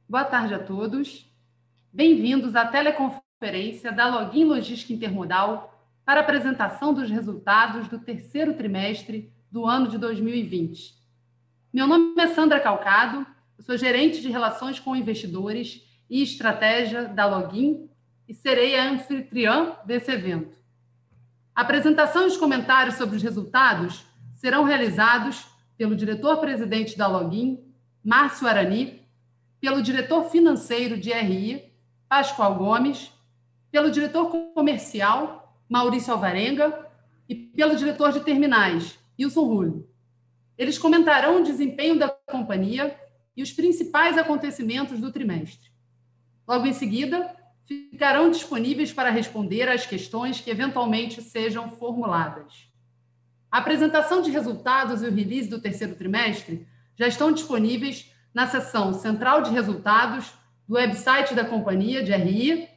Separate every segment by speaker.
Speaker 1: Boa tarde a todos. Bem-vindos à teleconferência da Login Logística Intermodal para a apresentação dos resultados do terceiro trimestre do ano de 2020. Meu nome é Sandra Calcado, eu sou gerente de Relações com Investidores e Estratégia da Login e serei a anfitriã desse evento. A apresentação e os comentários sobre os resultados serão realizados pelo diretor-presidente da Login, Márcio Arani, pelo diretor financeiro de RI, Pascoal Gomes, pelo diretor comercial, Maurício Alvarenga, e pelo diretor de terminais, Wilson Rulli. Eles comentarão o desempenho da companhia e os principais acontecimentos do trimestre. Logo em seguida, ficarão disponíveis para responder às questões que eventualmente sejam formuladas. A apresentação de resultados e o release do terceiro trimestre já estão disponíveis na seção Central de Resultados do website da companhia de RI,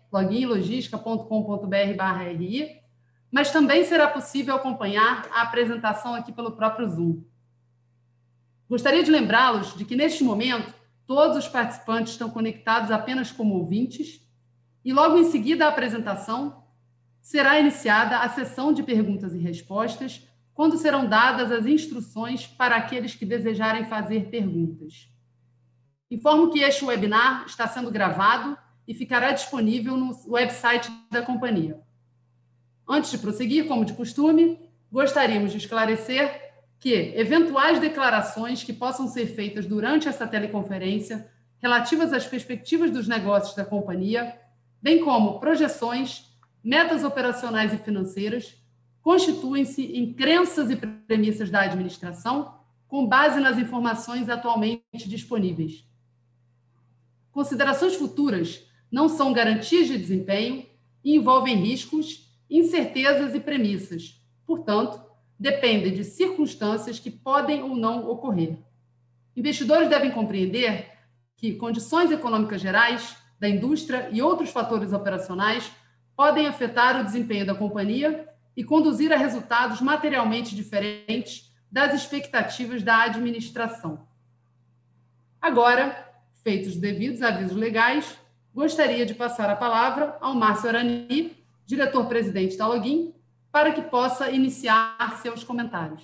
Speaker 1: loginlogistica.com.br/RI, mas também será possível acompanhar a apresentação aqui pelo próprio Zoom. Gostaria de lembrá-los de que, neste momento, todos os participantes estão conectados apenas como ouvintes e, logo em seguida à apresentação, será iniciada a sessão de perguntas e respostas, quando serão dadas as instruções para aqueles que desejarem fazer perguntas. Informo que este webinar está sendo gravado e ficará disponível no website da companhia. Antes de prosseguir, como de costume, gostaríamos de esclarecer que eventuais declarações que possam ser feitas durante essa teleconferência relativas às perspectivas dos negócios da companhia, bem como projeções, metas operacionais e financeiras, constituem-se em crenças e premissas da administração com base nas informações atualmente disponíveis. Considerações futuras não são garantias de desempenho e envolvem riscos, incertezas e premissas. Portanto, dependem de circunstâncias que podem ou não ocorrer. Investidores devem compreender que condições econômicas gerais, da indústria e outros fatores operacionais podem afetar o desempenho da companhia e conduzir a resultados materialmente diferentes das expectativas da administração. Agora, feitos os devidos avisos legais, gostaria de passar a palavra ao Márcio Arani, diretor-presidente da Login, para que possa iniciar seus comentários.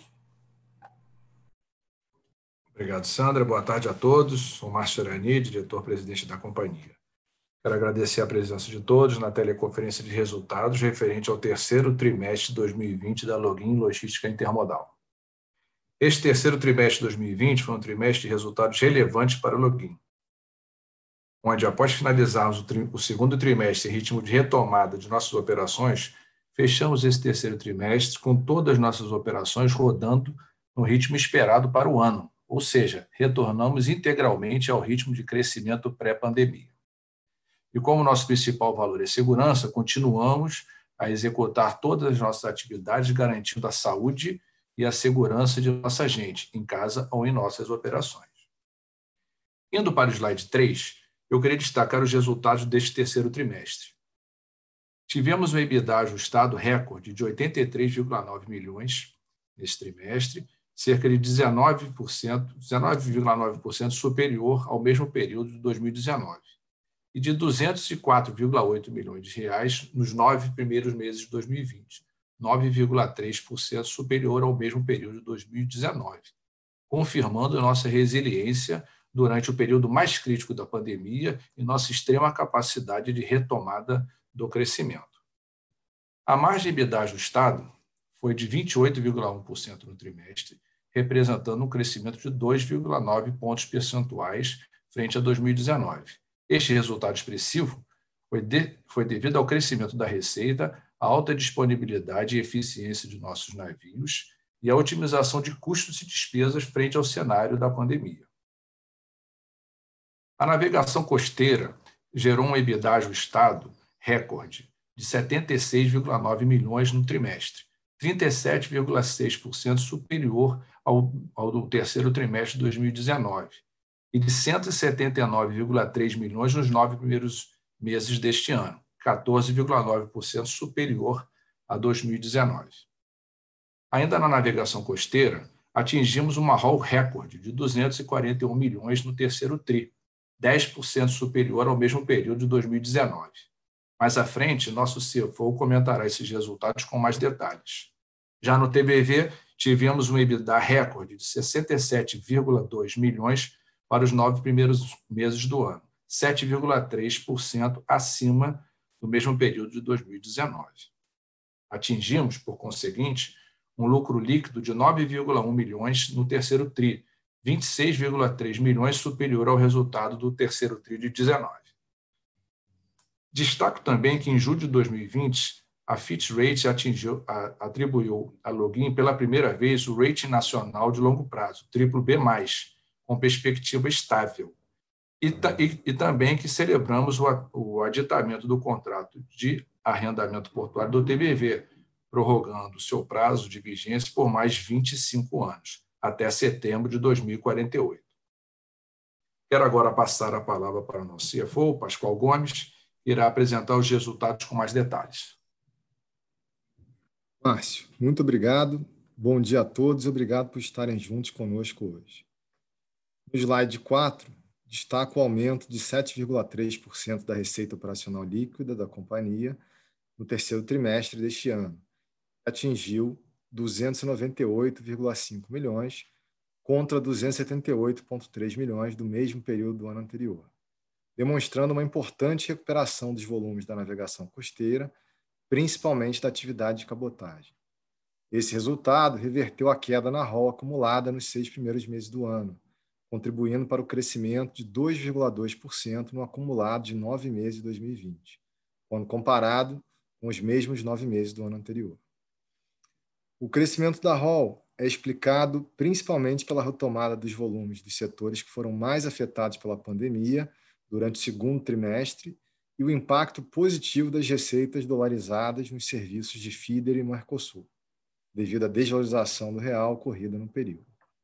Speaker 2: Obrigado, Sandra. Boa tarde a todos. Sou Márcio Arani, diretor-presidente da companhia. Quero agradecer a presença de todos na teleconferência de resultados referente ao terceiro trimestre de 2020 da Login Logística Intermodal. Este terceiro trimestre de 2020 foi um trimestre de resultados relevantes para a Login, onde, após finalizarmos o segundo trimestre em ritmo de retomada de nossas operações, fechamos esse terceiro trimestre com todas as nossas operações rodando no ritmo esperado para o ano, ou seja, retornamos integralmente ao ritmo de crescimento pré-pandemia. E como nosso principal valor é segurança, continuamos a executar todas as nossas atividades garantindo a saúde e a segurança de nossa gente, em casa ou em nossas operações. Indo para o slide 3, eu queria destacar os resultados deste terceiro trimestre. Tivemos um EBITDA ajustado recorde de 83,9 milhões neste trimestre, cerca de 19,9% superior ao mesmo período de 2019, e de 204,8 milhões de reais nos 9 primeiros meses de 2020, 9,3% superior ao mesmo período de 2019, confirmando nossa resiliência durante o período mais crítico da pandemia e nossa extrema capacidade de retomada do crescimento. A margem EBITDA ajustada foi de 28,1% no trimestre, representando um crescimento de 2,9 pontos percentuais frente a 2019. Este resultado expressivo foi devido ao crescimento da receita, à alta disponibilidade e eficiência de nossos navios e à otimização de custos e despesas frente ao cenário da pandemia. A navegação costeira gerou um EBITDA ajustado recorde de 76,9 milhões no trimestre, 37,6% superior ao do terceiro trimestre de 2019 e de 179,3 milhões nos 9 primeiros meses deste ano, 14,9% superior a 2019. Ainda na navegação costeira, atingimos uma haul recorde de 241 milhões no terceiro TRI, 10% superior ao mesmo período de 2019. Mais à frente, nosso CFO comentará esses resultados com mais detalhes. Já no TBV, tivemos um EBITDA recorde de 67,2 milhões para os 9 primeiros meses do ano, 7,3% acima do mesmo período de 2019. Atingimos, por conseguinte, um lucro líquido de 9,1 milhões no terceiro TRI, 26,3 milhões superior ao resultado do terceiro TRI de 19. Destaco também que, em julho de 2020, a Fitch Ratings atribuiu à Login pela primeira vez o rating nacional de longo prazo, BBB+, com perspectiva estável. E também que celebramos o aditamento do contrato de arrendamento portuário do TBV, prorrogando seu prazo de vigência por mais 25 anos, até setembro de 2048. Quero agora passar a palavra para o nosso CFO, Pascoal Gomes, que irá apresentar os resultados com mais detalhes.
Speaker 3: Márcio, muito obrigado. Bom dia a todos e obrigado por estarem juntos conosco hoje. No slide 4, destaco o aumento de 7,3% da receita operacional líquida da companhia no terceiro trimestre deste ano. Atingiu 298,5 milhões contra 278,3 milhões do mesmo período do ano anterior, demonstrando uma importante recuperação dos volumes da navegação costeira, principalmente da atividade de cabotagem. Esse resultado reverteu a queda na ROL acumulada nos 6 primeiros meses do ano, contribuindo para o crescimento de 2,2% no acumulado de 9 meses de 2020, quando comparado com os mesmos 9 meses do ano anterior. O crescimento da ROL é explicado principalmente pela retomada dos volumes dos setores que foram mais afetados pela pandemia durante o segundo trimestre e o impacto positivo das receitas dolarizadas nos serviços de feeder e Mercosul, devido à desvalorização do real ocorrida no período.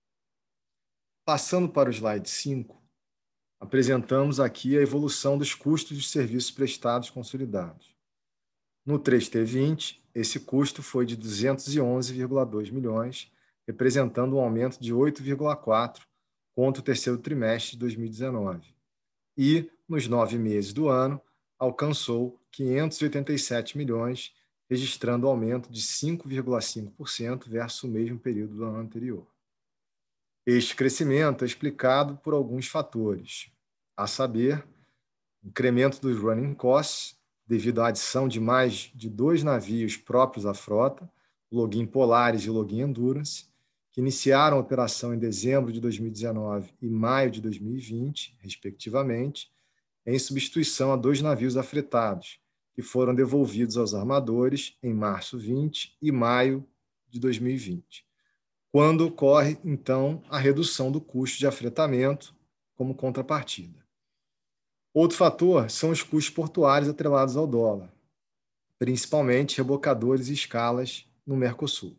Speaker 3: Passando para o slide 5, apresentamos aqui a evolução dos custos de serviços prestados consolidados. No 3T20, esse custo foi de 211,2 milhões, representando um aumento de 8,4% contra o terceiro trimestre de 2019. E, nos 9 meses do ano, alcançou 587 milhões, registrando um aumento de 5,5% versus o mesmo período do ano anterior. Este crescimento é explicado por alguns fatores, a saber, incremento dos running costs, devido à adição de mais de 2 navios próprios à frota, o Login Polaris e o Login Endurance, que iniciaram a operação em dezembro de 2019 e maio de 2020, respectivamente, em substituição a 2 navios afretados, que foram devolvidos aos armadores em março 20 e maio de 2020, quando ocorre, então, a redução do custo de afretamento como contrapartida. Outro fator são os custos portuários atrelados ao dólar, principalmente rebocadores e escalas no Mercosul.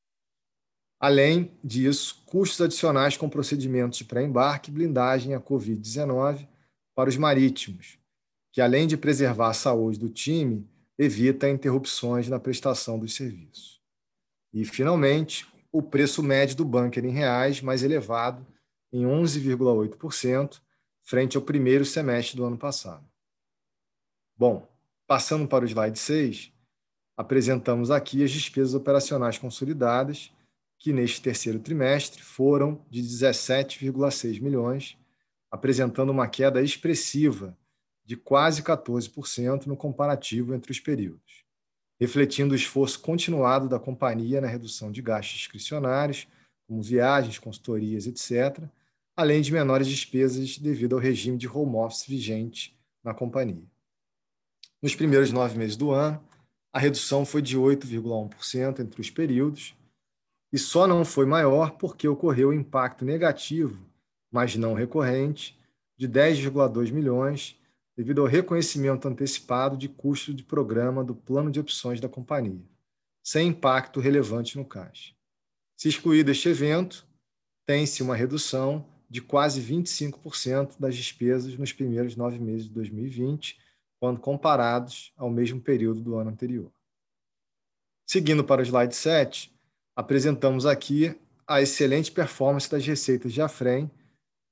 Speaker 3: Além disso, custos adicionais com procedimentos de pré-embarque e blindagem à Covid-19 para os marítimos, que, além de preservar a saúde do time, evita interrupções na prestação dos serviços. E, finalmente, o preço médio do bunker em reais mais elevado, em 11,8%, frente ao primeiro semestre do ano passado. Bom, passando para o slide 6, apresentamos aqui as despesas operacionais consolidadas, que neste terceiro trimestre foram de 17,6 milhões, apresentando uma queda expressiva de quase 14% no comparativo entre os períodos, refletindo o esforço continuado da companhia na redução de gastos discricionários, como viagens, consultorias, etc., além de menores despesas devido ao regime de home office vigente na companhia. Nos primeiros 9 meses do ano, a redução foi de 8,1% entre os períodos e só não foi maior porque ocorreu o impacto negativo, mas não recorrente, de 10,2 milhões devido ao reconhecimento antecipado de custo de programa do plano de opções da companhia, sem impacto relevante no caixa. Se excluído este evento, tem-se uma redução de quase 25% das despesas nos primeiros 9 meses de 2020, quando comparados ao mesmo período do ano anterior. Seguindo para o slide 7, apresentamos aqui a excelente performance das receitas de Afrem,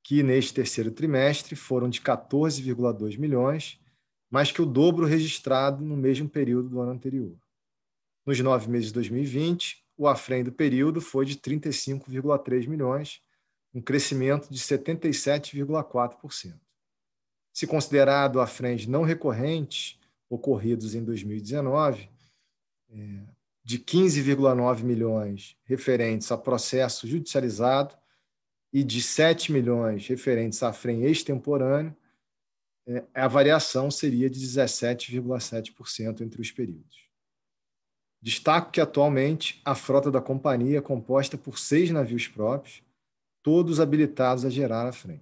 Speaker 3: que neste terceiro trimestre foram de 14,2 milhões, mais que o dobro registrado no mesmo período do ano anterior. Nos 9 meses de 2020, o AFREM do período foi de 35,3 milhões, um crescimento de 77,4%. Se considerado AFREMs não recorrentes ocorridos em 2019, de 15,9 milhões referentes a processo judicializado e de 7 milhões referentes a AFREM extemporâneo, a variação seria de 17,7% entre os períodos. Destaco que, atualmente, a frota da companhia é composta por 6 navios próprios, todos habilitados a gerar AFREM.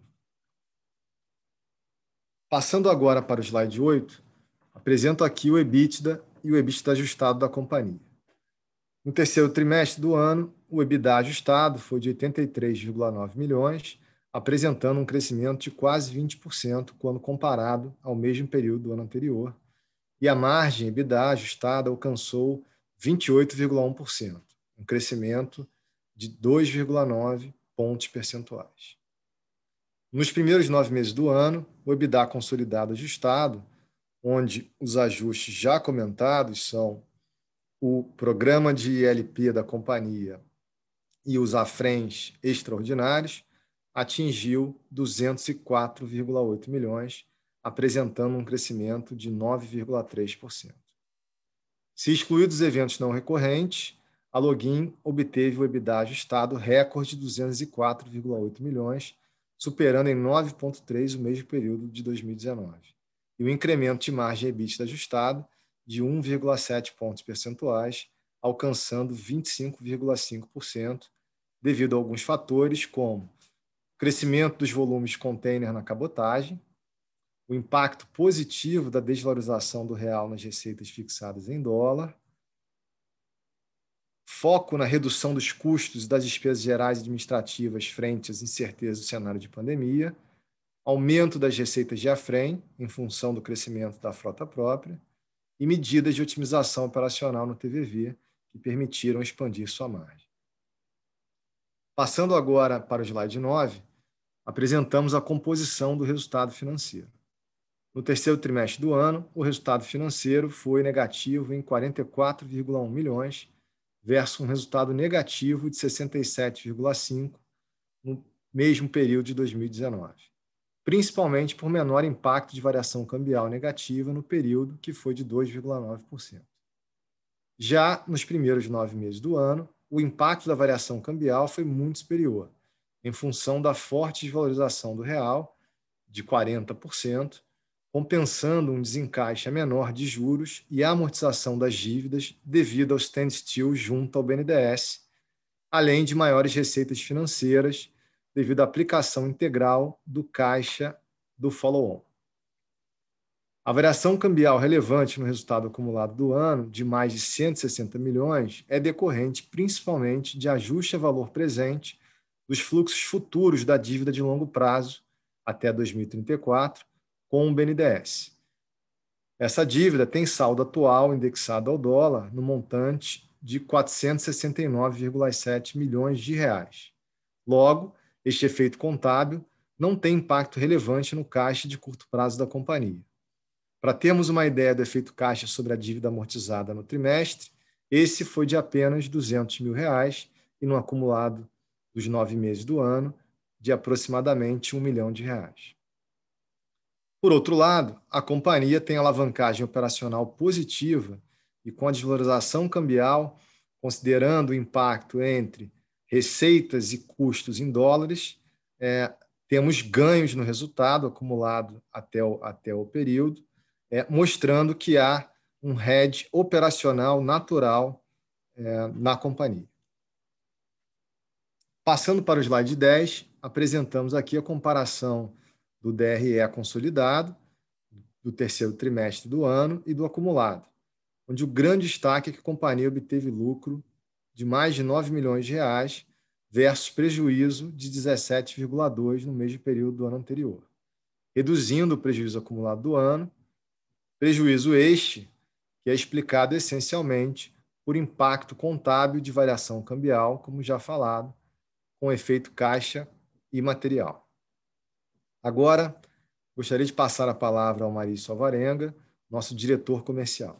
Speaker 3: Passando agora para o slide 8, apresento aqui o EBITDA e o EBITDA ajustado da companhia. No terceiro trimestre do ano, o EBITDA ajustado foi de 83,9 milhões, apresentando um crescimento de quase 20% quando comparado ao mesmo período do ano anterior, e a margem EBITDA ajustada alcançou 28,1%, um crescimento de 2,9 pontos percentuais. Nos primeiros 9 meses do ano, o EBITDA consolidado ajustado, onde os ajustes já comentados são o programa de ILP da companhia e os AFREMs extraordinários, atingiu 204,8 milhões, apresentando um crescimento de 9,3%. Se excluídos os eventos não recorrentes, a Login obteve o EBITDA ajustado recorde de 204,8 milhões, superando em 9,3% o mesmo período de 2019, e o incremento de margem EBITDA ajustado de 1,7 pontos percentuais, alcançando 25,5%, devido a alguns fatores como o crescimento dos volumes de container na cabotagem, o impacto positivo da desvalorização do real nas receitas fixadas em dólar, foco na redução dos custos e das despesas gerais e administrativas frente às incertezas do cenário de pandemia, aumento das receitas de AFREM em função do crescimento da frota própria e medidas de otimização operacional no TVV que permitiram expandir sua margem. Passando agora para o slide 9, apresentamos a composição do resultado financeiro. No terceiro trimestre do ano, o resultado financeiro foi negativo em 44,1 milhões, versus um resultado negativo de 67,5 no mesmo período de 2019, principalmente por menor impacto de variação cambial negativa no período, que foi de 2,9%. Já nos primeiros 9 meses do ano, o impacto da variação cambial foi muito superior, em função da forte desvalorização do real, de 40%, compensando um desencaixe menor de juros e a amortização das dívidas devido ao standstill junto ao BNDES, além de maiores receitas financeiras devido à aplicação integral do caixa do follow-on. A variação cambial relevante no resultado acumulado do ano, de mais de 160 milhões, é decorrente principalmente de ajuste a valor presente dos fluxos futuros da dívida de longo prazo até 2034, com o BNDES. Essa dívida tem saldo atual indexado ao dólar no montante de 469,7 milhões de reais. Logo, este efeito contábil não tem impacto relevante no caixa de curto prazo da companhia. Para termos uma ideia do efeito caixa sobre a dívida amortizada no trimestre, esse foi de apenas R$ 200 mil e no acumulado dos 9 meses do ano, de aproximadamente R$ 1 milhão. Por outro lado, a companhia tem alavancagem operacional positiva e com a desvalorização cambial, considerando o impacto entre receitas e custos em dólares, temos ganhos no resultado acumulado até o período, mostrando que há um hedge operacional natural na companhia. Passando para o slide 10, apresentamos aqui a comparação do DRE consolidado, do terceiro trimestre do ano e do acumulado, onde o grande destaque é que a companhia obteve lucro de mais de R$ 9 milhões versus prejuízo de 17,2 no mesmo período do ano anterior, reduzindo o prejuízo acumulado do ano, prejuízo este que é explicado essencialmente por impacto contábil de variação cambial, como já falado, com efeito caixa e material. Agora, gostaria de passar a palavra ao Maurício Alvarenga, nosso diretor comercial.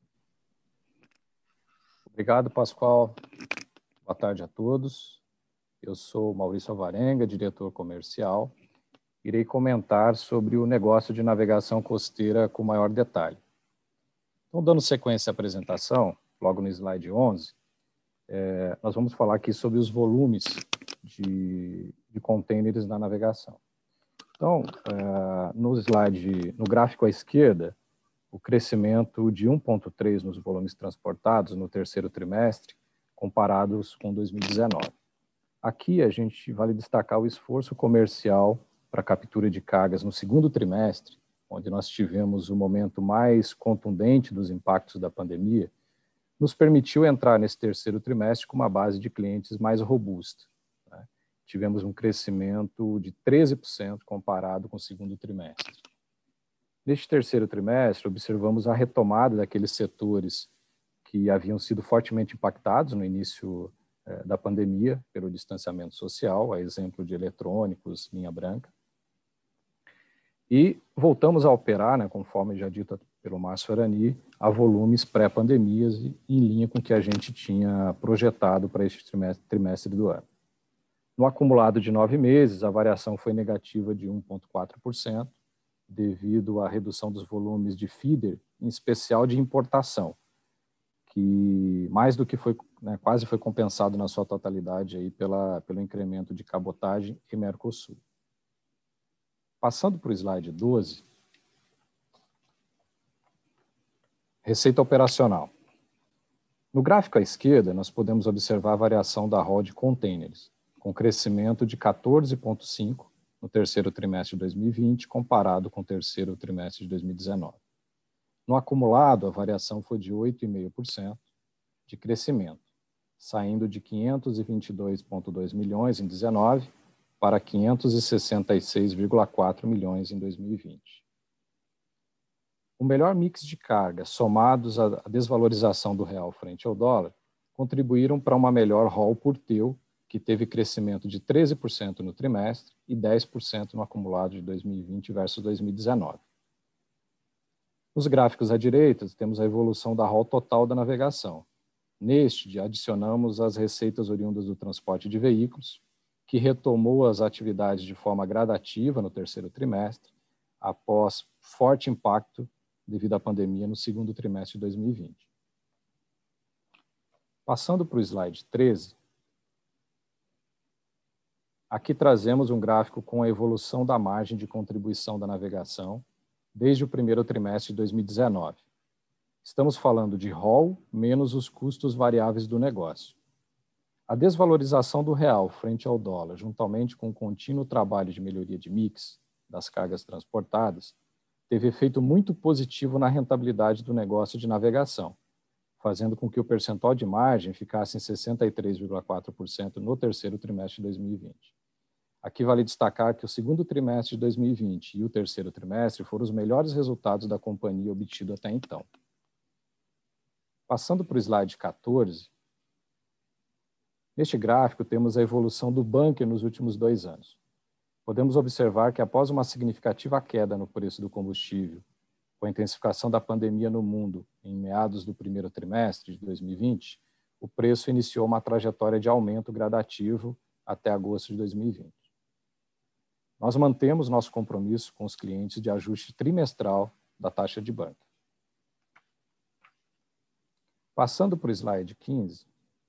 Speaker 4: Obrigado, Pascoal. Boa tarde a todos. Eu sou Maurício Alvarenga, diretor comercial. Irei comentar sobre o negócio de navegação costeira com maior detalhe. Então, dando sequência à apresentação, logo no slide 11, nós vamos falar aqui sobre os volumes de contêineres na navegação. Então, no gráfico à esquerda, o crescimento de 1,3 nos volumes transportados no terceiro trimestre, comparados com 2019. Aqui vale destacar o esforço comercial para a captura de cargas no segundo trimestre, onde nós tivemos o momento mais contundente dos impactos da pandemia, nos permitiu entrar nesse terceiro trimestre com uma base de clientes mais robusta. Né? Tivemos um crescimento de 13% comparado com o segundo trimestre. Neste terceiro trimestre, observamos a retomada daqueles setores que haviam sido fortemente impactados no início da pandemia pelo distanciamento social, a exemplo de eletrônicos, linha branca. E voltamos a operar, né, conforme já dito pelo Márcio Arani, a volumes pré-pandemias e em linha com o que a gente tinha projetado para este trimestre do ano. No acumulado de 9 meses, a variação foi negativa de 1,4%, devido à redução dos volumes de feeder, em especial de importação, que mais do que foi, né, quase foi compensado na sua totalidade aí pelo incremento de cabotagem e Mercosul. Passando para o slide 12, receita operacional. No gráfico à esquerda, nós podemos observar a variação da ROL de contêineres, com crescimento de 14,5% no terceiro trimestre de 2020, comparado com o terceiro trimestre de 2019. No acumulado, a variação foi de 8,5% de crescimento, saindo de 522,2 milhões em 2019 para 566,4 milhões em 2020. O melhor mix de carga, somados à desvalorização do real frente ao dólar, contribuíram para uma melhor ROL por TEU, que teve crescimento de 13% no trimestre e 10% no acumulado de 2020 versus 2019. Nos gráficos à direita, temos a evolução da ROL total da navegação. Neste, adicionamos as receitas oriundas do transporte de veículos, que retomou as atividades de forma gradativa no terceiro trimestre, após forte impacto devido à pandemia no segundo trimestre de 2020. Passando para o slide 13, aqui trazemos um gráfico com a evolução da margem de contribuição da navegação desde o primeiro trimestre de 2019. Estamos falando de ROL menos os custos variáveis do negócio. A desvalorização do real frente ao dólar, juntamente com o contínuo trabalho de melhoria de mix das cargas transportadas, teve efeito muito positivo na rentabilidade do negócio de navegação, fazendo com que o percentual de margem ficasse em 63,4% no terceiro trimestre de 2020. Aqui vale destacar que o segundo trimestre de 2020 e o terceiro trimestre foram os melhores resultados da companhia obtidos até então. Passando para o slide 14, neste gráfico temos a evolução do bunker nos últimos 2 anos. Podemos observar que após uma significativa queda no preço do combustível, com a intensificação da pandemia no mundo em meados do primeiro trimestre de 2020, o preço iniciou uma trajetória de aumento gradativo até agosto de 2020. Nós mantemos nosso compromisso com os clientes de ajuste trimestral da taxa de bunker. Passando para o slide 15,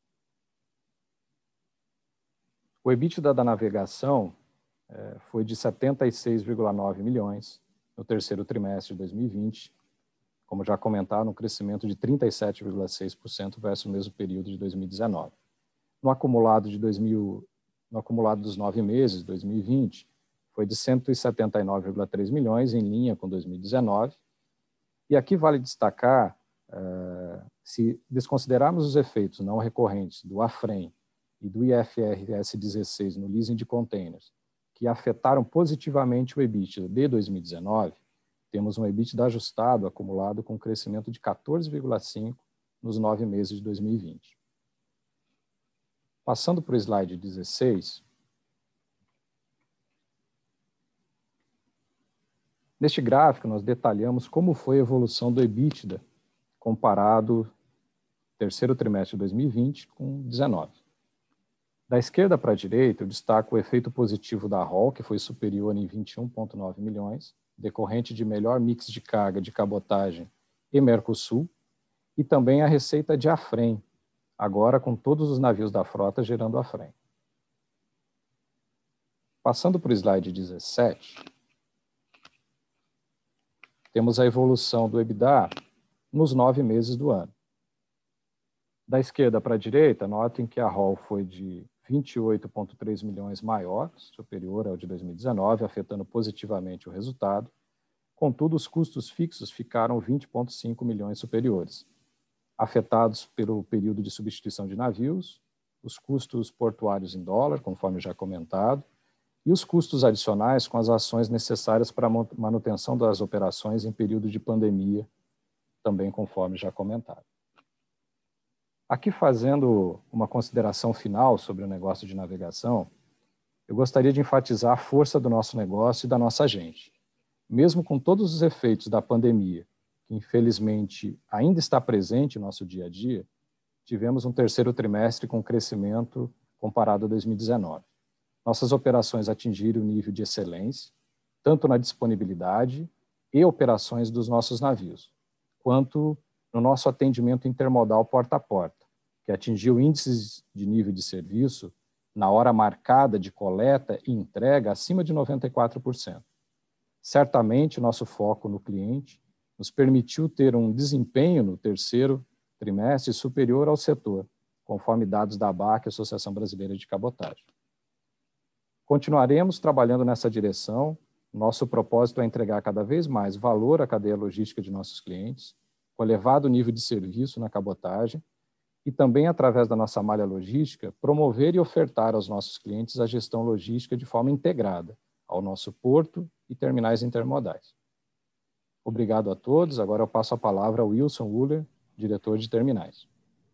Speaker 4: o EBITDA da navegação foi de 76,9 milhões no terceiro trimestre de 2020, como já comentaram, um crescimento de 37,6% versus o mesmo período de 2019. No acumulado dos 9 meses de 2020, foi de 179,3 milhões, em linha com 2019. E aqui vale destacar, se desconsiderarmos os efeitos não recorrentes do AFREM e do IFRS 16 no leasing de containers, que afetaram positivamente o EBITDA de 2019, temos um EBITDA ajustado acumulado com crescimento de 14,5% nos 9 meses de 2020. Passando para o slide 16, Neste gráfico, nós detalhamos como foi a evolução do EBITDA comparado terceiro trimestre de 2020 com 19. Da esquerda para a direita, eu destaco o efeito positivo da ROL, que foi superior em 21,9 milhões, decorrente de melhor mix de carga de cabotagem e Mercosul, e também a receita de AFREM, agora com todos os navios da frota gerando AFREM. Passando para o slide 17, temos a evolução do EBITDA nos 9 meses do ano. Da esquerda para a direita, notem que a ROL foi de 28,3 milhões maior, superior ao de 2019, afetando positivamente o resultado. Contudo, os custos fixos ficaram 20,5 milhões superiores, afetados pelo período de substituição de navios, os custos portuários em dólar, conforme já comentado, e os custos adicionais com as ações necessárias para a manutenção das operações em período de pandemia, também conforme já comentado. Aqui, fazendo uma consideração final sobre o negócio de navegação, eu gostaria de enfatizar a força do nosso negócio e da nossa gente. Mesmo com todos os efeitos da pandemia, que infelizmente ainda está presente no nosso dia a dia, tivemos um terceiro trimestre com crescimento comparado a 2019. Nossas operações atingiram o nível de excelência, tanto na disponibilidade e operações dos nossos navios, quanto no nosso atendimento intermodal porta a porta, que atingiu índices de nível de serviço na hora marcada de coleta e entrega acima de 94%. Certamente, nosso foco no cliente nos permitiu ter um desempenho no terceiro trimestre superior ao setor, conforme dados da ABAC, Associação Brasileira de Cabotagem. Continuaremos trabalhando nessa direção. Nosso propósito é entregar cada vez mais valor à cadeia logística de nossos clientes, com elevado nível de serviço na cabotagem, e também, através da nossa malha logística, promover e ofertar aos nossos clientes a gestão logística de forma integrada ao nosso porto e terminais intermodais. Obrigado a todos. Agora eu passo a palavra ao Wilson Uller, diretor de terminais.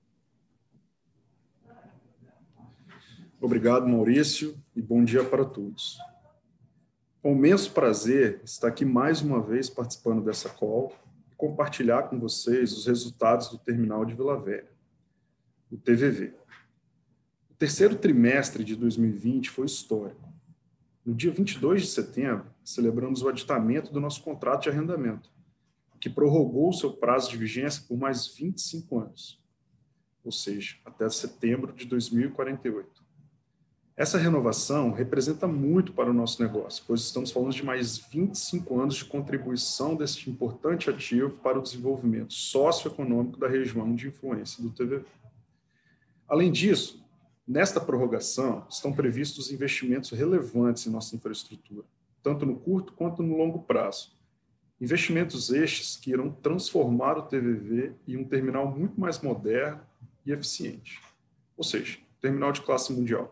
Speaker 5: Obrigado, Maurício, e bom dia para todos. Com imenso prazer estar aqui mais uma vez participando dessa call e compartilhar com vocês os resultados do terminal de Vila Velha, o TVV. O terceiro trimestre de 2020 foi histórico. No dia 22 de setembro, celebramos o aditamento do nosso contrato de arrendamento, que prorrogou seu prazo de vigência por mais 25 anos, ou seja, até setembro de 2048. Essa renovação representa muito para o nosso negócio, pois estamos falando de mais 25 anos de contribuição deste importante ativo para o desenvolvimento socioeconômico da região de influência do TVV. Além disso, nesta prorrogação estão previstos investimentos relevantes em nossa infraestrutura, tanto no curto quanto no longo prazo. Investimentos estes que irão transformar o TVV em um terminal muito mais moderno e eficiente, ou seja, terminal de classe mundial.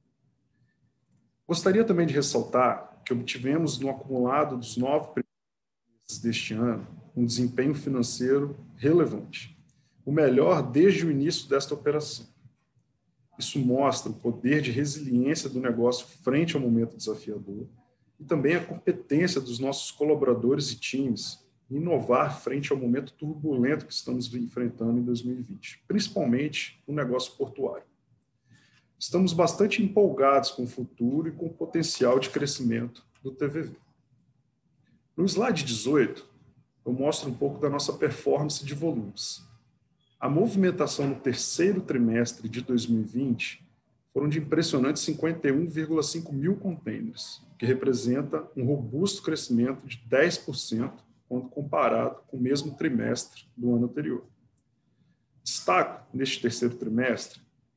Speaker 5: Gostaria também de ressaltar que obtivemos no acumulado dos 9 meses deste ano um desempenho financeiro relevante, o melhor desde o início desta operação. Isso mostra o poder de resiliência do negócio frente ao momento desafiador e também a competência dos nossos colaboradores e times em inovar frente ao momento turbulento que estamos enfrentando em 2020, principalmente no negócio portuário. Estamos bastante empolgados com o futuro e com o potencial de crescimento do TVV. No slide 18, eu mostro um pouco da nossa performance de volumes. A movimentação no terceiro trimestre de 2020 foram de impressionantes 51,5 mil contêineres, que representa um robusto crescimento de 10% quando comparado com o mesmo trimestre do ano anterior. Destaco, neste terceiro trimestre,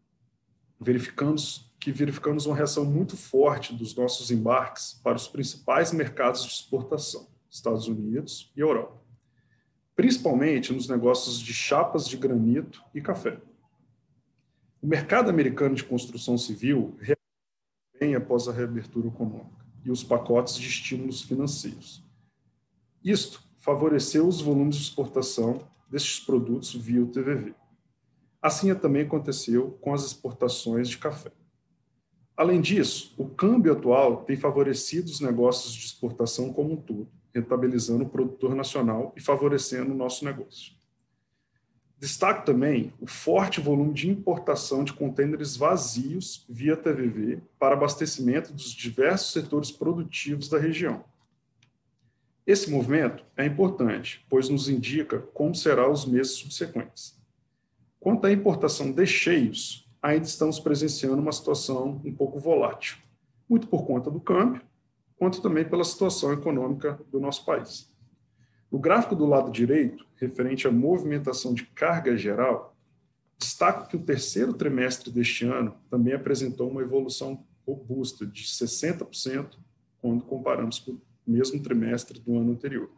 Speaker 5: verificamos uma reação muito forte dos nossos embarques para os principais mercados de exportação, Estados Unidos e Europa, principalmente nos negócios de chapas de granito e café. O mercado americano de construção civil reagiu bem após a reabertura econômica e os pacotes de estímulos financeiros. Isto favoreceu os volumes de exportação destes produtos via o TVV. Assim também aconteceu com as exportações de café. Além disso, o câmbio atual tem favorecido os negócios de exportação como um todo, rentabilizando o produtor nacional e favorecendo o nosso negócio. Destaco também o forte volume de importação de contêineres vazios via TVV para abastecimento dos diversos setores produtivos da região. Esse movimento é importante, pois nos indica como serão os meses subsequentes. Quanto à importação de cheios, ainda estamos presenciando uma situação um pouco volátil, muito por conta do câmbio, quanto também pela situação econômica do nosso país. No gráfico do lado direito, referente à movimentação de carga geral, destaco que o terceiro trimestre deste ano também apresentou uma evolução robusta de 60% quando comparamos com o mesmo trimestre do ano anterior.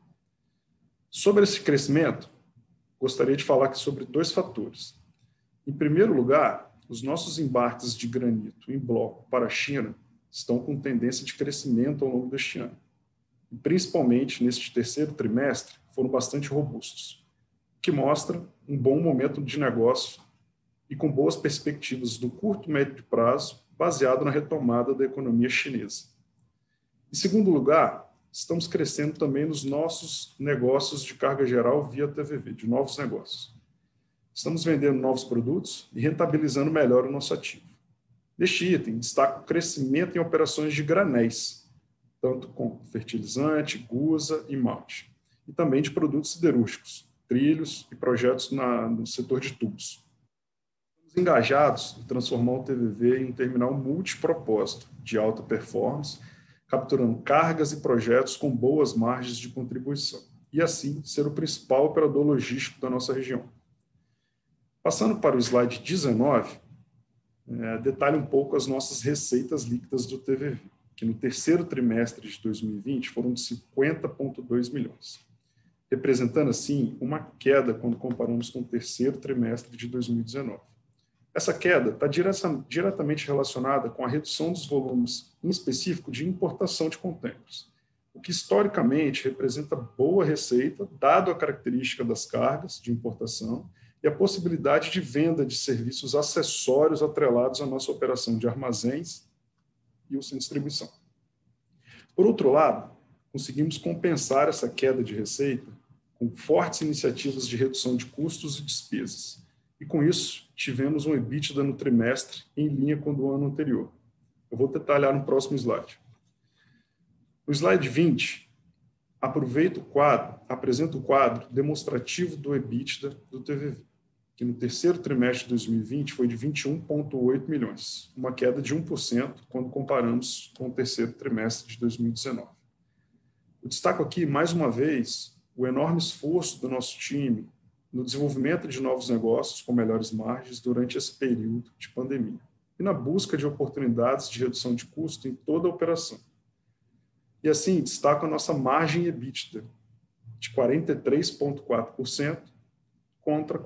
Speaker 5: Sobre esse crescimento, gostaria de falar aqui sobre dois fatores. Em primeiro lugar, os nossos embarques de granito em bloco para a China estão com tendência de crescimento ao longo deste ano. E principalmente neste terceiro trimestre, foram bastante robustos, o que mostra um bom momento de negócio e com boas perspectivas do curto e médio prazo, baseado na retomada da economia chinesa. Em segundo lugar, estamos crescendo também nos nossos negócios de carga geral via TVV, de novos negócios. Estamos vendendo novos produtos e rentabilizando melhor o nosso ativo. Neste item, destaco o crescimento em operações de granéis, tanto com fertilizante, gusa e malte, e também de produtos siderúrgicos, trilhos e projetos no setor de tubos. Estamos engajados em transformar o TVV em um terminal multipropósito de alta performance, capturando cargas e projetos com boas margens de contribuição, e assim ser o principal operador logístico da nossa região. Passando para o slide 19, detalhe um pouco as nossas receitas líquidas do TVV, que no terceiro trimestre de 2020 foram de 50,2 milhões, representando, assim, uma queda quando comparamos com o terceiro trimestre de 2019. Essa queda está diretamente relacionada com a redução dos volumes, em específico, de importação de contêineres, o que historicamente representa boa receita, dado a característica das cargas de importação e a possibilidade de venda de serviços acessórios atrelados à nossa operação de armazéns e o sem distribuição. Por outro lado, conseguimos compensar essa queda de receita com fortes iniciativas de redução de custos e despesas. E com isso, tivemos um EBITDA no trimestre em linha com o do ano anterior. Eu vou detalhar no próximo slide. No slide 20, apresenta o quadro demonstrativo do EBITDA do TVV, que no terceiro trimestre de 2020 foi de 21,8 milhões, uma queda de 1% quando comparamos com o terceiro trimestre de 2019. Eu destaco aqui, mais uma vez, o enorme esforço do nosso time no desenvolvimento de novos negócios com melhores margens durante esse período de pandemia e na busca de oportunidades de redução de custo em toda a operação. E assim, destaco a nossa margem EBITDA de 43,4%, contra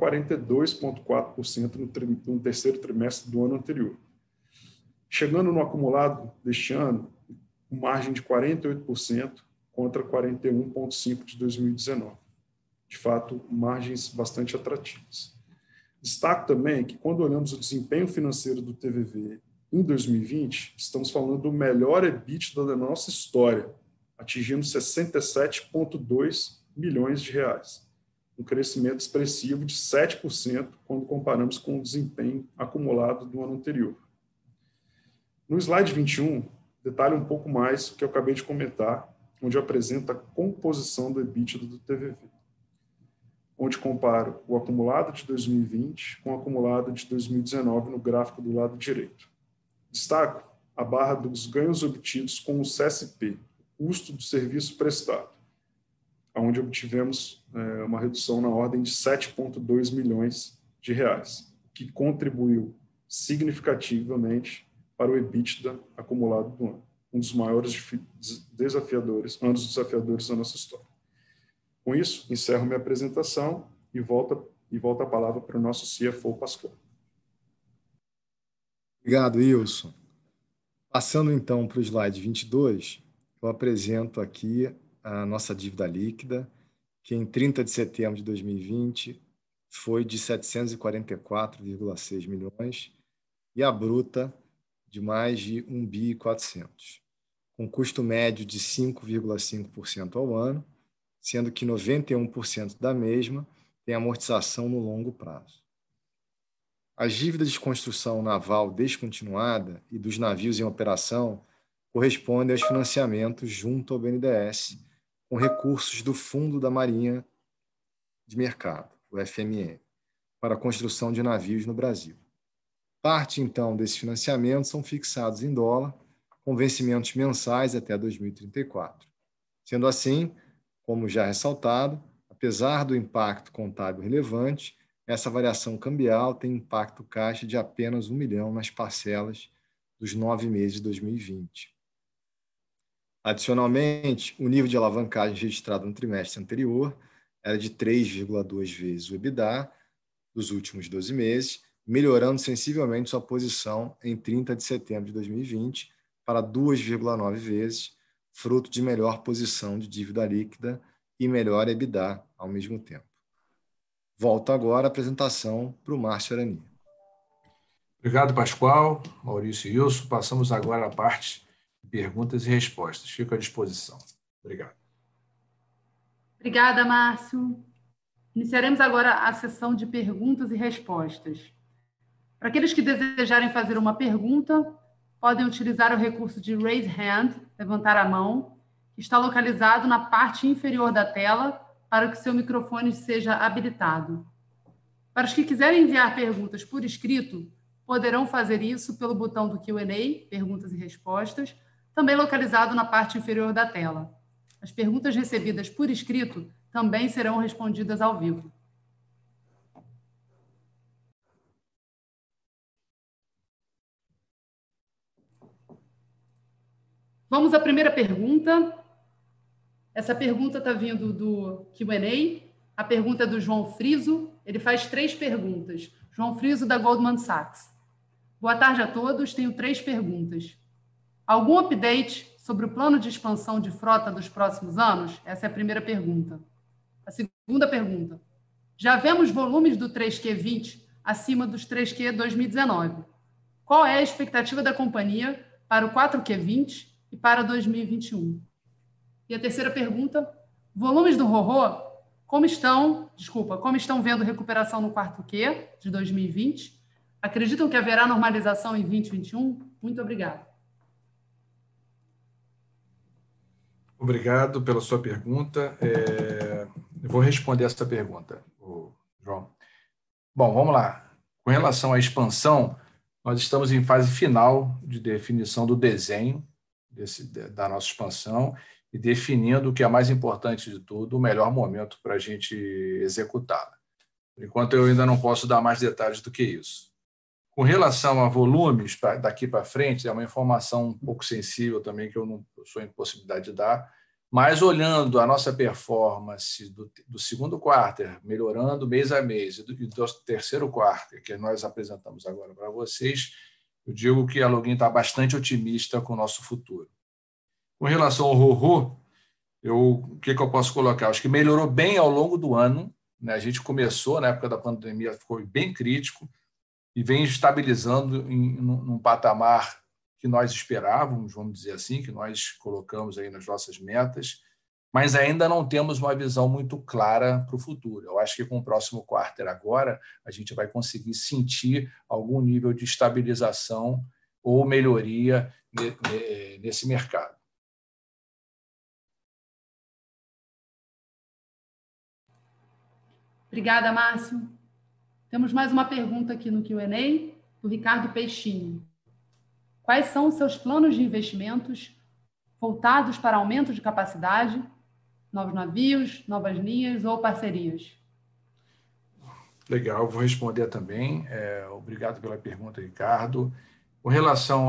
Speaker 5: 42,4% no terceiro trimestre do ano anterior. Chegando no acumulado deste ano, com margem de 48% contra 41,5% de 2019. De fato, margens bastante atrativas. Destaco também que, quando olhamos o desempenho financeiro do TVV em 2020, estamos falando do melhor EBITDA da nossa história, atingindo 67,2 milhões de reais. Um crescimento expressivo de 7% quando comparamos com o desempenho acumulado do ano anterior. No slide 21, detalhe um pouco mais o que eu acabei de comentar, onde apresenta a composição do EBITDA do TVV, onde comparo o acumulado de 2020 com o acumulado de 2019 no gráfico do lado direito. Destaco a barra dos ganhos obtidos com o CSP, custo do serviço prestado, onde obtivemos uma redução na ordem de 7,2 milhões de reais, que contribuiu significativamente para o EBITDA acumulado do ano, um dos maiores anos desafiadores da nossa história. Com isso, encerro minha apresentação e volto a palavra para o nosso CFO, Pascoal.
Speaker 3: Obrigado, Wilson. Passando então para o slide 22, eu apresento aqui a nossa dívida líquida, que em 30 de setembro de 2020 foi de 744,6 milhões e a bruta de mais de 1,4 bi. com custo médio de 5,5% ao ano, sendo que 91% da mesma tem amortização no longo prazo. As dívidas de construção naval descontinuada e dos navios em operação correspondem aos financiamentos junto ao BNDES, com recursos do Fundo da Marinha de Mercado, o FMM, para a construção de navios no Brasil. Parte, então, desses financiamentos são fixados em dólar, com vencimentos mensais até 2034. Sendo assim, como já ressaltado, apesar do impacto contábil relevante, essa variação cambial tem impacto caixa de apenas R$ 1 milhão nas parcelas dos 9 meses de 2020. Adicionalmente, o nível de alavancagem registrado no trimestre anterior era de 3,2 vezes o EBITDA dos últimos 12 meses, melhorando sensivelmente sua posição em 30 de setembro de 2020 para 2,9 vezes, fruto de melhor posição de dívida líquida e melhor EBITDA ao mesmo tempo. Volto agora a apresentação para o Márcio Arani.
Speaker 2: Obrigado, Pascoal, Maurício e Wilson. Passamos agora à parte de perguntas e respostas. Fico à disposição. Obrigado.
Speaker 1: Obrigada, Márcio. Iniciaremos agora a sessão de perguntas e respostas. Para aqueles que desejarem fazer uma pergunta, podem utilizar o recurso de Raise Hand, levantar a mão, que está localizado na parte inferior da tela, para que seu microfone seja habilitado. Para os que quiserem enviar perguntas por escrito, poderão fazer isso pelo botão do Q&A, perguntas e respostas, também localizado na parte inferior da tela. As perguntas recebidas por escrito também serão respondidas ao vivo. Vamos à primeira pergunta. Essa pergunta está vindo do Q&A. A pergunta é do João Friso. Ele faz 3 perguntas. João Friso, da Goldman Sachs. Boa tarde a todos. Tenho 3 perguntas. Algum update sobre o plano de expansão de frota dos próximos anos? Essa é a primeira pergunta. A segunda pergunta. Já vemos volumes do 3Q20 acima dos 3Q 2019. Qual é a expectativa da companhia para o 4Q20 e para 2021? E a terceira pergunta. Volumes do RoRo, como estão vendo recuperação no 4Q de 2020? Acreditam que haverá normalização em 2021? Muito obrigada.
Speaker 2: Obrigado pela sua pergunta. Eu vou responder essa pergunta, João. Bom, vamos lá. Com relação à expansão, nós estamos em fase final de definição do desenho da nossa expansão e definindo o que é mais importante de tudo, o melhor momento para a gente executá-la. Por enquanto, eu ainda não posso dar mais detalhes do que isso. Com relação a volumes, daqui para frente, é uma informação um pouco sensível também, que eu não sou em possibilidade de dar, mas olhando a nossa performance do segundo quarter, melhorando mês a mês, e do terceiro quarter, que nós apresentamos agora para vocês, eu digo que a Login está bastante otimista com o nosso futuro. Com relação ao RoRo, o que eu posso colocar? Acho que melhorou bem ao longo do ano, né? A gente começou, na época da pandemia, ficou bem crítico, e vem estabilizando num patamar que nós esperávamos, vamos dizer assim, que nós colocamos aí nas nossas metas, mas ainda não temos uma visão muito clara para o futuro. Eu acho que com o próximo quarter agora, a gente vai conseguir sentir algum nível de estabilização ou melhoria nesse mercado.
Speaker 1: Obrigada, Márcio. Temos mais uma pergunta aqui no Q&A, do Ricardo Peixinho. Quais são os seus planos de investimentos voltados para aumento de capacidade, novos navios, novas linhas ou parcerias?
Speaker 2: Legal, vou responder também. Obrigado pela pergunta, Ricardo. Com relação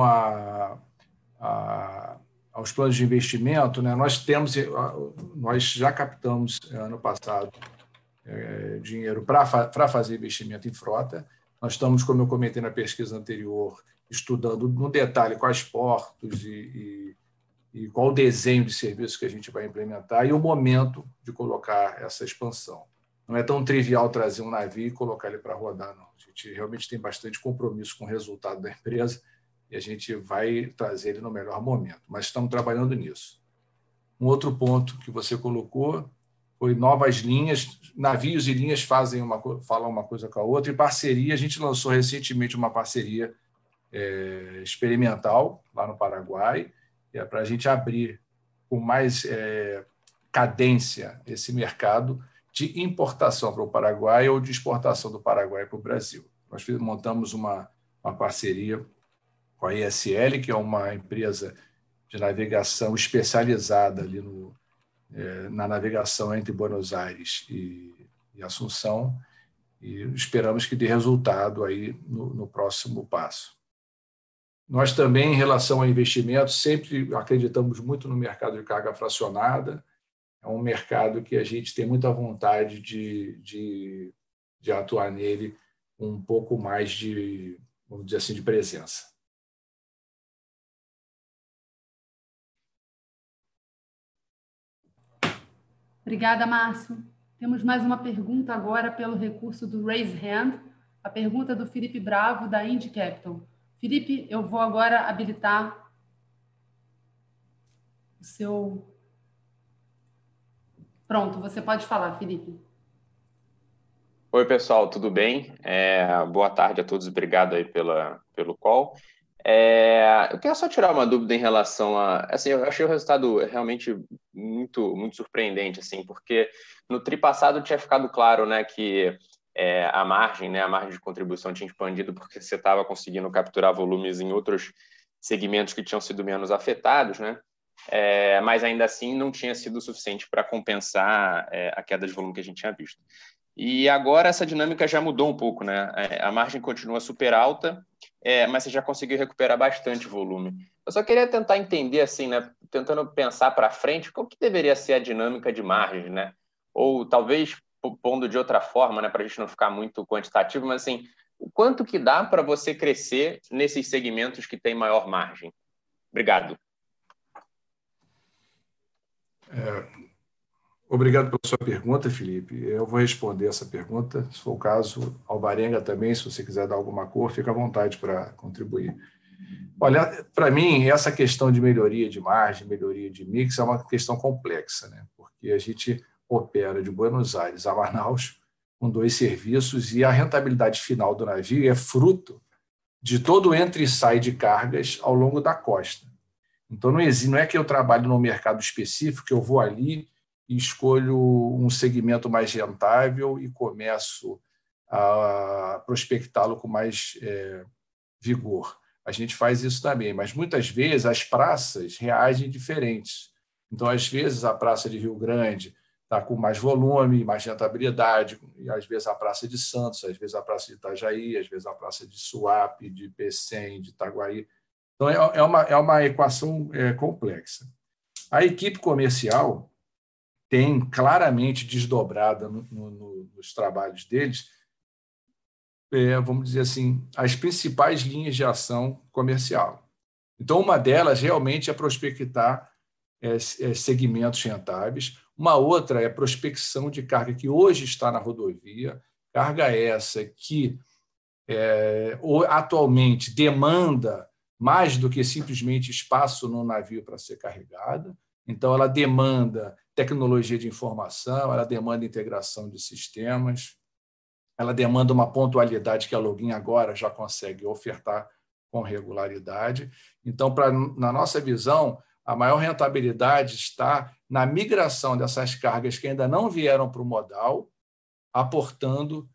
Speaker 2: aos planos de investimento, né, nós já captamos ano passado dinheiro para fazer investimento em frota. Nós estamos, como eu comentei na pesquisa anterior, estudando no detalhe quais portos e qual o desenho de serviço que a gente vai implementar e o momento de colocar essa expansão. Não é tão trivial trazer um navio e colocar ele para rodar, não. A gente realmente tem bastante compromisso com o resultado da empresa e a gente vai trazer ele no melhor momento, mas estamos trabalhando nisso. Um outro ponto que você colocou foi novas linhas, navios e linhas falam uma coisa com a outra, e parceria, a gente lançou recentemente uma parceria experimental lá no Paraguai, para a gente abrir com mais cadência esse mercado de importação para o Paraguai ou de exportação do Paraguai para o Brasil. Nós montamos uma parceria com a ISL, que é uma empresa de navegação especializada ali na navegação entre Buenos Aires e Assunção, e esperamos que dê resultado aí no próximo passo. Nós também, em relação a investimentos, sempre acreditamos muito no mercado de carga fracionada. É um mercado que a gente tem muita vontade de atuar nele com um pouco mais de, vamos dizer assim, de presença.
Speaker 1: Obrigada, Márcio. Temos mais uma pergunta agora pelo recurso do Raise Hand, a pergunta do Felipe Bravo, da Indy Capital. Felipe, eu vou agora habilitar o seu... Pronto, você pode falar, Felipe.
Speaker 6: Oi, pessoal, tudo bem? Boa tarde a todos, obrigado aí pelo call. Eu queria só tirar uma dúvida em relação a... Assim, eu achei o resultado realmente muito, muito surpreendente, assim, porque no tri passado tinha ficado claro, né, que a margem de contribuição tinha expandido porque você estava conseguindo capturar volumes em outros segmentos que tinham sido menos afetados, né? Mas ainda assim não tinha sido suficiente para compensar a queda de volume que a gente tinha visto. E agora essa dinâmica já mudou um pouco, né? A margem continua super alta, mas você já conseguiu recuperar bastante volume. Eu só queria tentar entender, assim, né? Tentando pensar para frente, qual que deveria ser a dinâmica de margem, né? Ou talvez pondo de outra forma, né? Para a gente não ficar muito quantitativo, mas assim, o quanto que dá para você crescer nesses segmentos que têm maior margem? Obrigado.
Speaker 2: Obrigado pela sua pergunta, Felipe. Eu vou responder essa pergunta. Se for o caso, Alvarenga também, se você quiser dar alguma cor, fica à vontade para contribuir. Olha, para mim, essa questão de melhoria de margem, melhoria de mix, é uma questão complexa, né? Porque a gente opera de Buenos Aires a Manaus com 2 serviços e a rentabilidade final do navio é fruto de todo o entra e sai de cargas ao longo da costa. Então, não é que eu trabalho num mercado específico, que eu vou ali e escolho um segmento mais rentável e começo a prospectá-lo com mais vigor. A gente faz isso também, mas muitas vezes as praças reagem diferentes. Então, às vezes, a praça de Rio Grande está com mais volume, mais rentabilidade, e às vezes a praça de Santos, às vezes a praça de Itajaí, às vezes a praça de Suape, de Pecém, de Itaguaí. Então, é uma equação complexa. A equipe comercial tem claramente desdobrada nos trabalhos deles, vamos dizer assim, as principais linhas de ação comercial. Então, uma delas realmente é prospectar segmentos rentáveis, uma outra é prospecção de carga que hoje está na rodovia, carga essa que atualmente demanda mais do que simplesmente espaço no navio para ser carregada. Então, ela demanda tecnologia de informação, ela demanda integração de sistemas, ela demanda uma pontualidade que a Login agora já consegue ofertar com regularidade. Então, na nossa visão, a maior rentabilidade está na migração dessas cargas que ainda não vieram para o modal, aportando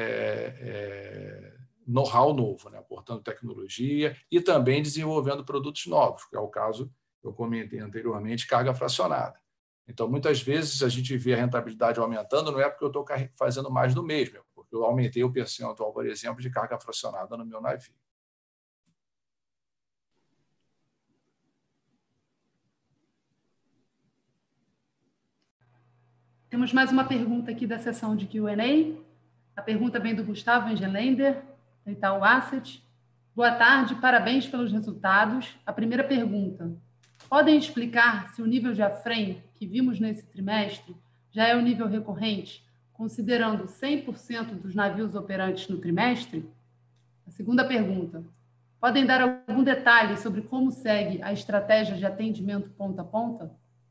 Speaker 2: know-how novo, né? Aportando tecnologia e também desenvolvendo produtos novos, que é o caso que eu comentei anteriormente, carga fracionada. Então, muitas vezes a gente vê a rentabilidade aumentando, não é porque eu estou fazendo mais do mesmo, é porque eu aumentei o percentual, por exemplo, de carga fracionada no meu navio.
Speaker 1: Temos mais uma pergunta aqui da sessão de Q&A. A pergunta vem do Gustavo Engelender, do Itaú Asset. Boa tarde, parabéns pelos resultados. A primeira pergunta: podem explicar se o nível de AFREM que vimos nesse trimestre já é o nível recorrente, considerando 100% dos navios operantes no trimestre? A segunda pergunta: Podem dar algum detalhe sobre como segue a estratégia de atendimento ponta a ponta?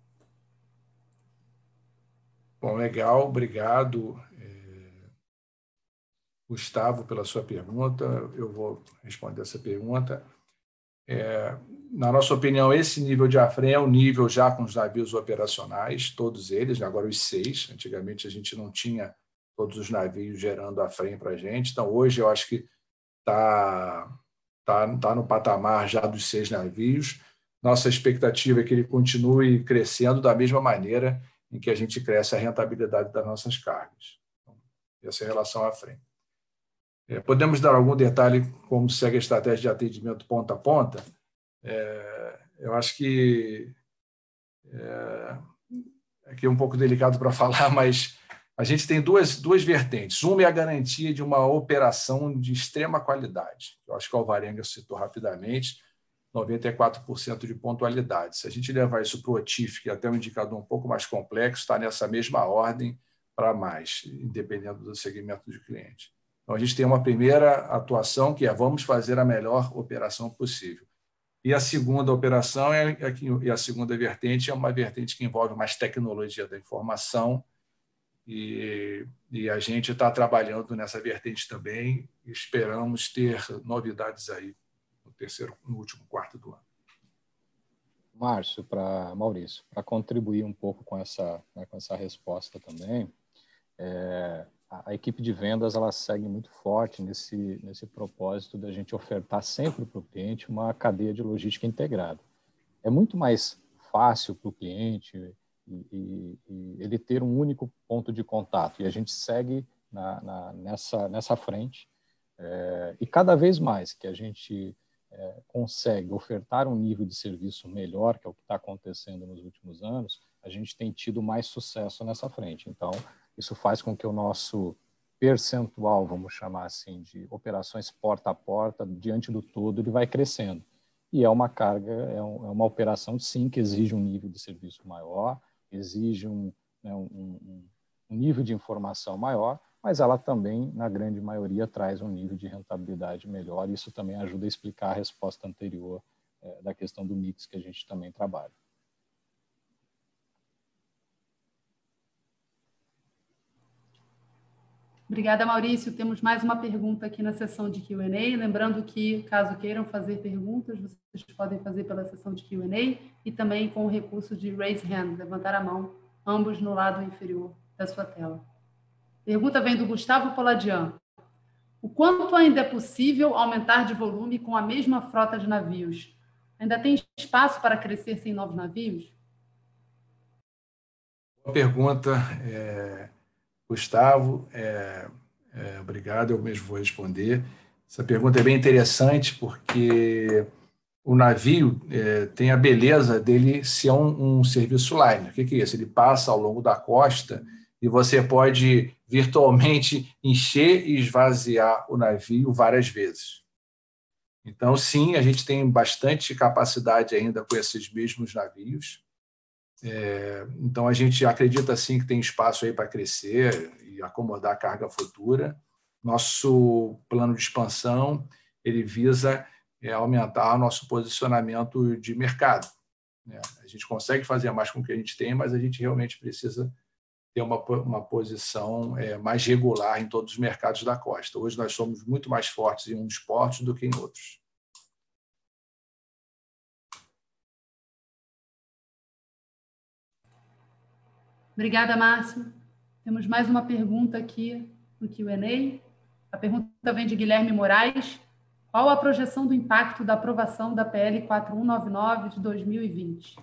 Speaker 2: Bom, legal, obrigado, Gustavo, pela sua pergunta. Eu vou responder essa pergunta. Na nossa opinião, esse nível de AFREM é o nível já com os navios operacionais, todos eles, agora os 6. Antigamente a gente não tinha todos os navios gerando AFREM para a gente, então hoje eu acho que está no patamar já dos 6 navios. Nossa expectativa é que ele continue crescendo da mesma maneira em que a gente cresce a rentabilidade das nossas cargas. Então, essa é a relação à frente. Podemos dar algum detalhe como segue a estratégia de atendimento ponta a ponta? Eu acho que aqui é um pouco delicado para falar, mas a gente tem duas vertentes. Uma é a garantia de uma operação de extrema qualidade. Eu acho que o Alvarenga citou rapidamente, 94% de pontualidade. Se a gente levar isso para o OTIF, que é até um indicador um pouco mais complexo, está nessa mesma ordem para mais, independendo do segmento de cliente. Então, a gente tem uma primeira atuação, que é vamos fazer a melhor operação possível. E a segunda operação e a segunda vertente é uma vertente que envolve mais tecnologia da informação, e a gente está trabalhando nessa vertente também e esperamos ter novidades aí no último quarto do ano.
Speaker 4: Maurício, para contribuir um pouco com essa resposta também, a equipe de vendas ela segue muito forte nesse propósito da gente ofertar sempre para o cliente uma cadeia de logística integrada. É muito mais fácil para o cliente e ele ter um único ponto de contato, e a gente segue nessa frente, e cada vez mais que a gente consegue ofertar um nível de serviço melhor, que é o que está acontecendo nos últimos anos, a gente tem tido mais sucesso nessa frente. Então, isso faz com que o nosso percentual, vamos chamar assim, de operações porta a porta, diante do todo, ele vai crescendo. E é uma carga, é uma operação, sim, que exige um nível de serviço maior, exige um nível de informação maior, mas ela também, na grande maioria, traz um nível de rentabilidade melhor. Isso também ajuda a explicar a resposta anterior da questão do mix que a gente também trabalha.
Speaker 1: Obrigada, Maurício. Temos mais uma pergunta aqui na sessão de Q&A. Lembrando que, caso queiram fazer perguntas, vocês podem fazer pela sessão de Q&A e também com o recurso de Raise Hand, levantar a mão, ambos no lado inferior da sua tela. Pergunta vem do Gustavo Poladian. O quanto ainda é possível aumentar de volume com a mesma frota de navios? Ainda tem espaço para crescer sem novos navios?
Speaker 2: Boa pergunta, Gustavo. Obrigado, eu mesmo vou responder. Essa pergunta é bem interessante porque o navio tem a beleza dele ser um serviço line. O que é isso? Ele passa ao longo da costa e você pode virtualmente encher e esvaziar o navio várias vezes. Então, sim, a gente tem bastante capacidade ainda com esses mesmos navios. Então, a gente acredita, sim, que tem espaço aí para crescer e acomodar a carga futura. Nosso plano de expansão, ele visa aumentar nosso posicionamento de mercado. A gente consegue fazer mais com o que a gente tem, mas a gente realmente precisa ter uma posição mais regular em todos os mercados da costa. Hoje nós somos muito mais fortes em uns portos do que em outros.
Speaker 1: Obrigada, Márcio. Temos mais uma pergunta aqui no Q&A. A pergunta vem de Guilherme Moraes. Qual a projeção do impacto da aprovação da PL 4199 de 2020?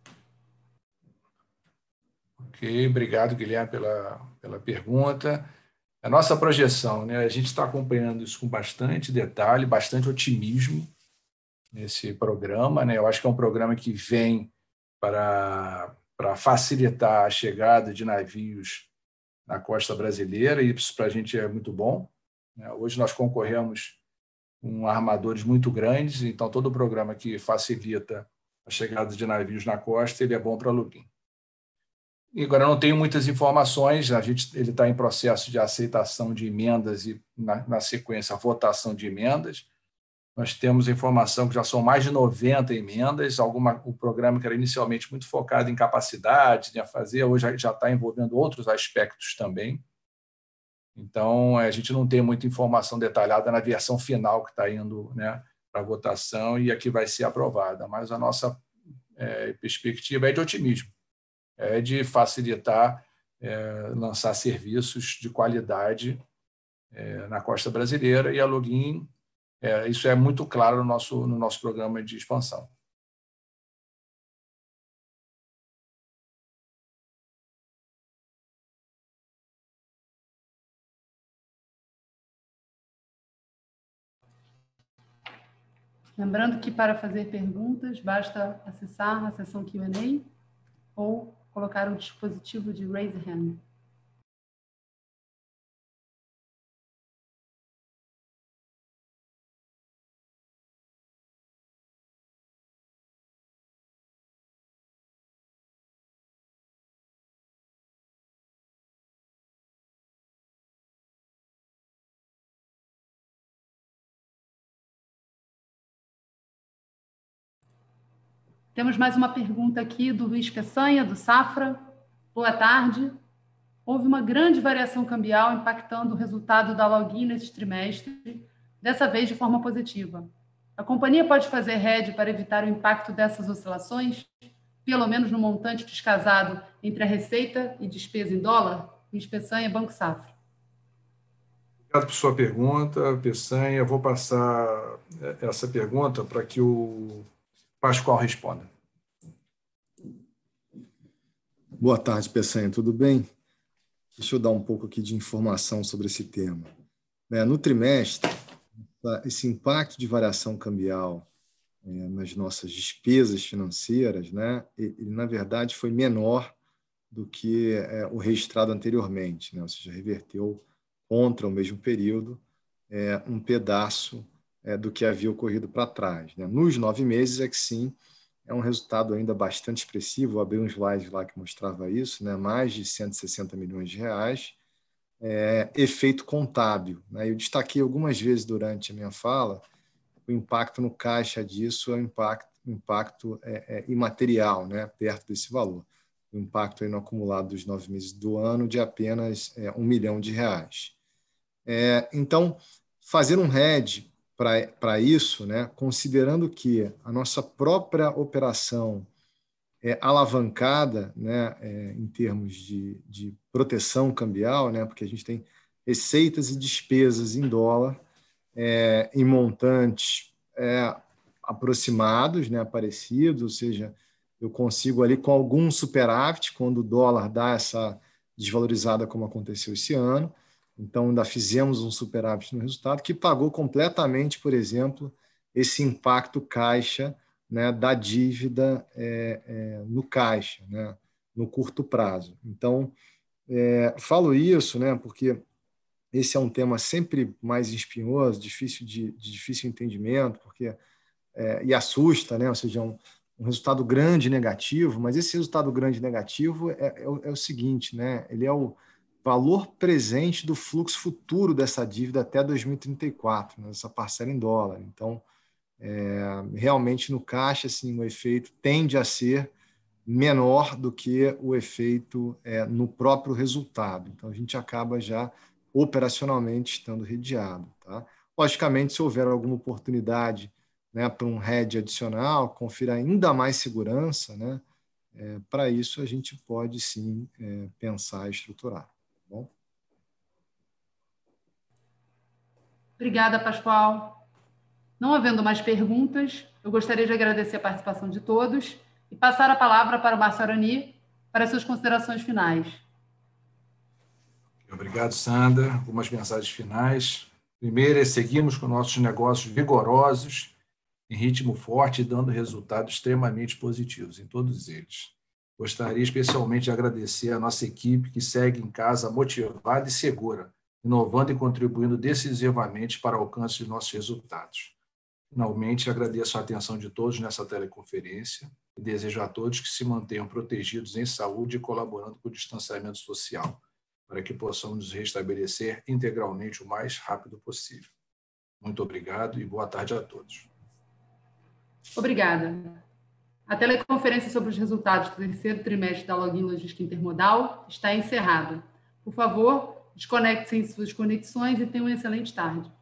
Speaker 2: Ok, obrigado, Guilherme, pela pergunta. A nossa projeção, a gente está acompanhando isso com bastante detalhe, bastante otimismo nesse programa. Eu acho que é um programa que vem para facilitar a chegada de navios na costa brasileira, e isso para a gente é muito bom. Hoje nós concorremos com armadores muito grandes, então todo o programa que facilita a chegada de navios na costa, ele é bom para a Lubin. E agora eu não tenho muitas informações, ele está em processo de aceitação de emendas e, na sequência, votação de emendas. Nós temos informação que já são mais de 90 emendas, o programa que era inicialmente muito focado em capacidade, a fazer, hoje já está envolvendo outros aspectos também. Então, a gente não tem muita informação detalhada na versão final que está indo, né, para a votação e aqui vai ser aprovada. Mas a nossa perspectiva é de otimismo, é de facilitar, lançar serviços de qualidade na costa brasileira, e a Login, isso é muito claro no nosso programa de expansão.
Speaker 1: Lembrando que para fazer perguntas, basta acessar a seção Q&A ou colocar o dispositivo de Raise Hand. Temos mais uma pergunta aqui do Luiz Peçanha, do Safra. Boa tarde. Houve uma grande variação cambial impactando o resultado da Login neste trimestre, dessa vez de forma positiva. A companhia pode fazer hedge para evitar o impacto dessas oscilações, pelo menos no montante descasado entre a receita e despesa em dólar? Luiz Peçanha, Banco Safra.
Speaker 2: Obrigado por sua pergunta, Peçanha. Eu vou passar essa pergunta para que o Pascoal responda.
Speaker 3: Boa tarde, Peçanha, tudo bem? Deixa eu dar um pouco aqui de informação sobre esse tema. No trimestre, esse impacto de variação cambial nas nossas despesas financeiras, né, ele, na verdade, foi menor do que o registrado anteriormente, né, ou seja, reverteu contra o mesmo período um pedaço do que havia ocorrido para trás, né. Nos 9 meses é que sim, é um resultado ainda bastante expressivo. Eu abri um slide lá que mostrava isso, né, mais de 160 milhões de reais, efeito contábil, né. Eu destaquei algumas vezes durante a minha fala o impacto no caixa disso é um impacto imaterial, né, perto desse valor. O impacto aí no acumulado dos 9 meses do ano de apenas R$1 milhão. Então, fazer um hedge para isso, né, considerando que a nossa própria operação é alavancada, né, em termos de proteção cambial, né, porque a gente tem receitas e despesas em dólar, em montantes aproximados, né, parecidos, ou seja, eu consigo ali com algum superávit quando o dólar dá essa desvalorizada como aconteceu esse ano. Então, ainda fizemos um superávit no resultado que pagou completamente, por exemplo, esse impacto caixa, né, da dívida no caixa, né, no curto prazo. Então, falo isso, né, porque esse é um tema sempre mais espinhoso, difícil de difícil entendimento, porque e assusta, né? Ou seja, um resultado grande negativo, mas esse resultado grande negativo é o seguinte, né? Ele é o valor presente do fluxo futuro dessa dívida até 2034, né? Essa parcela em dólar. Então, realmente no caixa, assim, o efeito tende a ser menor do que o efeito no próprio resultado. Então, a gente acaba já operacionalmente estando redeado. Tá? Logicamente, se houver alguma oportunidade, né, para um hedge adicional, confira ainda mais segurança, né? Para isso, a gente pode sim pensar e estruturar. Tá bom?
Speaker 1: Obrigada, Pascoal. Não havendo mais perguntas, eu gostaria de agradecer a participação de todos e passar a palavra para o Márcio Arani para suas considerações finais.
Speaker 2: Obrigado, Sandra. Algumas mensagens finais. Primeiro, seguimos com nossos negócios vigorosos, em ritmo forte e dando resultados extremamente positivos em todos eles. Gostaria especialmente de agradecer a nossa equipe que segue em casa motivada e segura, inovando e contribuindo decisivamente para o alcance de nossos resultados. Finalmente, agradeço a atenção de todos nessa teleconferência e desejo a todos que se mantenham protegidos em saúde e colaborando com o distanciamento social, para que possamos nos restabelecer integralmente o mais rápido possível. Muito obrigado e boa tarde a todos.
Speaker 1: Obrigada. A teleconferência sobre os resultados do terceiro trimestre da Login Logística Intermodal está encerrada. Por favor, desconectem suas conexões e tenham uma excelente tarde.